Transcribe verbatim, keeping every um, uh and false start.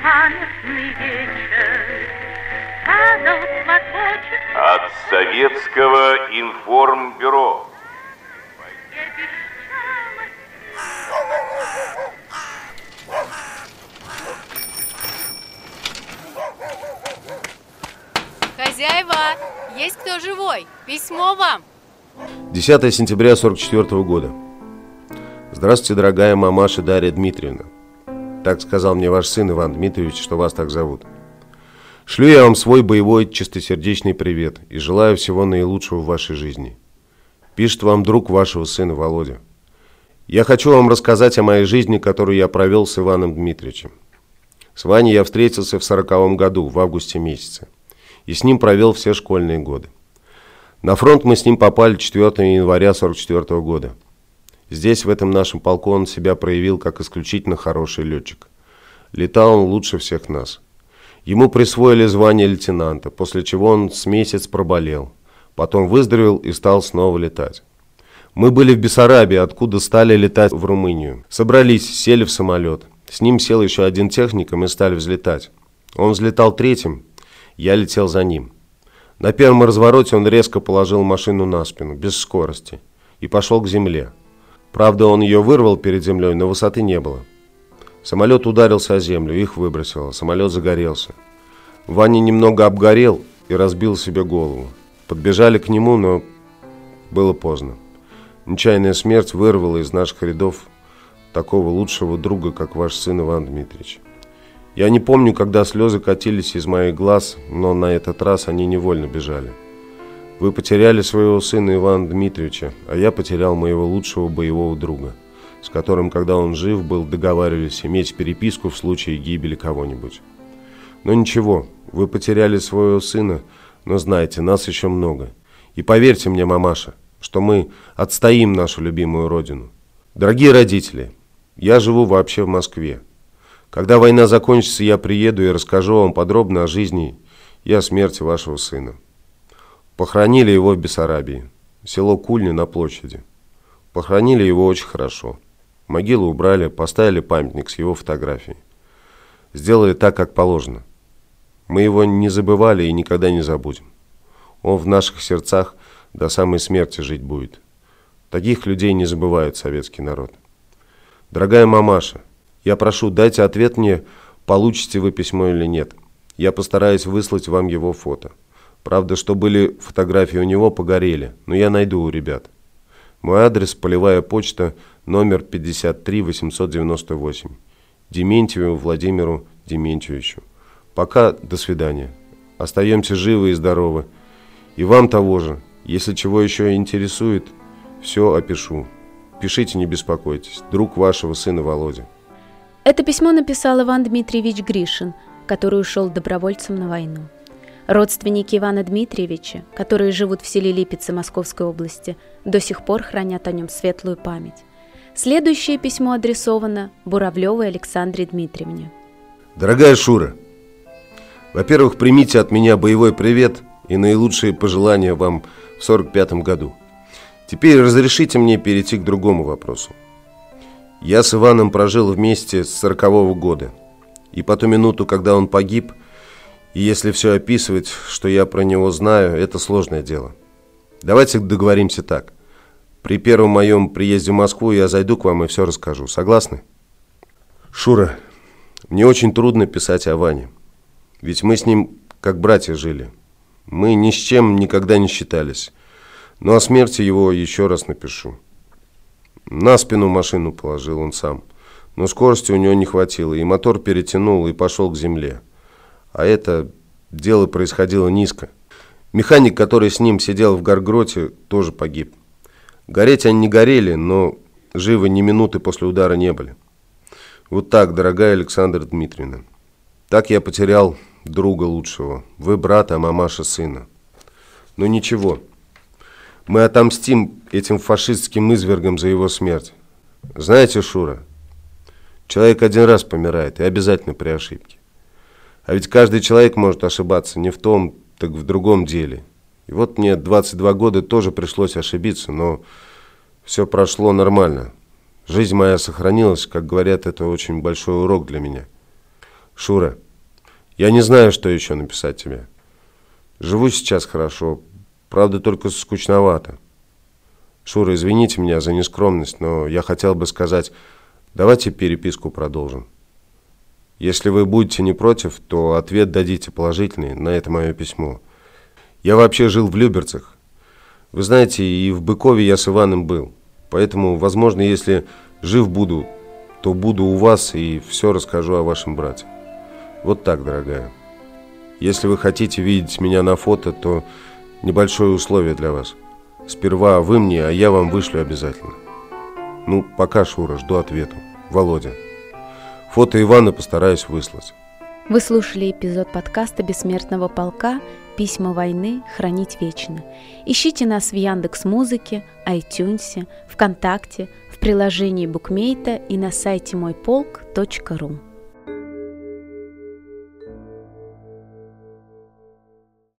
памятный вечер. Садом цветочек. От Советского информбюро. Хозяева, есть кто живой? Письмо вам. десятое сентября сорок четвёртого года. Здравствуйте, дорогая мамаша Дарья Дмитриевна. Так сказал мне ваш сын Иван Дмитриевич, что вас так зовут. Шлю я вам свой боевой чистосердечный привет и желаю всего наилучшего в вашей жизни. Пишет вам друг вашего сына Володя. Я хочу вам рассказать о моей жизни, которую я провел с Иваном Дмитриевичем. С Ваней я встретился в сороковом году, в августе месяце, и с ним провел все школьные годы. На фронт мы с ним попали четвёртого января сорок четвёртого года. Здесь, в этом нашем полку, он себя проявил как исключительно хороший летчик. Летал он лучше всех нас. Ему присвоили звание лейтенанта, после чего он с месяц проболел. Потом выздоровел и стал снова летать. Мы были в Бессарабии, откуда стали летать в Румынию. Собрались, сели в самолет. С ним сел еще один техник, и мы стали взлетать. Он взлетал третьим, я летел за ним. На первом развороте он резко положил машину на спину, без скорости, и пошел к земле. Правда, он ее вырвал перед землей, но высоты не было. Самолет ударился о землю, их выбросило, самолет загорелся. Ваня немного обгорел и разбил себе голову. Подбежали к нему, но было поздно. Нечаянная смерть вырвала из наших рядов такого лучшего друга, как ваш сын Иван Дмитриевич. Я не помню, когда слезы катились из моих глаз, но на этот раз они невольно бежали. Вы потеряли своего сына Ивана Дмитриевича, а я потерял моего лучшего боевого друга, с которым, когда он жив был, договаривались иметь переписку в случае гибели кого-нибудь. Но ничего, вы потеряли своего сына, но знайте, нас еще много. И поверьте мне, мамаша, что мы отстоим нашу любимую родину. Дорогие родители, я живу вообще в Москве. Когда война закончится, я приеду и расскажу вам подробно о жизни и о смерти вашего сына. Похоронили его в Бессарабии, село Кульни на площади. Похоронили его очень хорошо. Могилу убрали, поставили памятник с его фотографией. Сделали так, как положено. Мы его не забывали и никогда не забудем. Он в наших сердцах до самой смерти жить будет. Таких людей не забывает советский народ. Дорогая мамаша, я прошу, дайте ответ мне, получите вы письмо или нет. Я постараюсь выслать вам его фото. Правда, что были фотографии у него, погорели, но я найду у ребят. Мой адрес – полевая почта, номер пятьдесят три восемьсот девяносто восемь. Дементьеву Владимиру Дементьевичу. Пока, до свидания. Остаемся живы и здоровы. И вам того же. Если чего еще интересует, все опишу. Пишите, не беспокойтесь. Друг вашего сына Володя. Это письмо написал Иван Дмитриевич Гришин, который ушел добровольцем на войну. Родственники Ивана Дмитриевича, которые живут в селе Липицы Московской области, до сих пор хранят о нем светлую память. Следующее письмо адресовано Буравлевой Александре Дмитриевне. Дорогая Шура, во-первых, примите от меня боевой привет и наилучшие пожелания вам в сорок пятом году. Теперь разрешите мне перейти к другому вопросу. Я с Иваном прожил вместе с сорокового года, и по ту минуту, когда он погиб, и если все описывать, что я про него знаю, это сложное дело. Давайте договоримся так. При первом моем приезде в Москву я зайду к вам и все расскажу. Согласны? Шура, мне очень трудно писать о Ване. Ведь мы с ним как братья жили. Мы ни с чем никогда не считались. Но о смерти его еще раз напишу. На спину машину положил он сам. Но скорости у него не хватило, и мотор перетянул и пошел к земле. А это дело происходило низко. Механик, который с ним сидел в Горгроте, тоже погиб. Гореть они не горели, но живы ни минуты после удара не были. Вот так, дорогая Александра Дмитриевна. Так я потерял друга лучшего. Вы брата, а мамаша сына. Но ничего. Мы отомстим этим фашистским извергам за его смерть. Знаете, Шура, человек один раз помирает, и обязательно при ошибке. А ведь каждый человек может ошибаться не в том, так в другом деле. И вот мне двадцать два года тоже пришлось ошибиться, но все прошло нормально. Жизнь моя сохранилась, как говорят, это очень большой урок для меня. Шура, я не знаю, что еще написать тебе. Живу сейчас хорошо, правда, только скучновато. Шура, извините меня за нескромность, но я хотел бы сказать, давайте переписку продолжим. Если вы будете не против, то ответ дадите положительный на это мое письмо. Я вообще жил в Люберцах. Вы знаете, и в Быкове я с Иваном был. Поэтому, возможно, если жив буду, то буду у вас и все расскажу о вашем брате. Вот так, дорогая. Если вы хотите видеть меня на фото, то небольшое условие для вас. Сперва вы мне, а я вам вышлю обязательно. Ну, пока, Шура, жду ответа. Володя. Фото Ивана постараюсь выслать. Вы слушали эпизод подкаста «Бессмертного полка. Письма войны. Хранить вечно». Ищите нас в Яндекс.Музыке, iTunes, ВКонтакте, в приложении Букмейта и на сайте мой полк точка ру.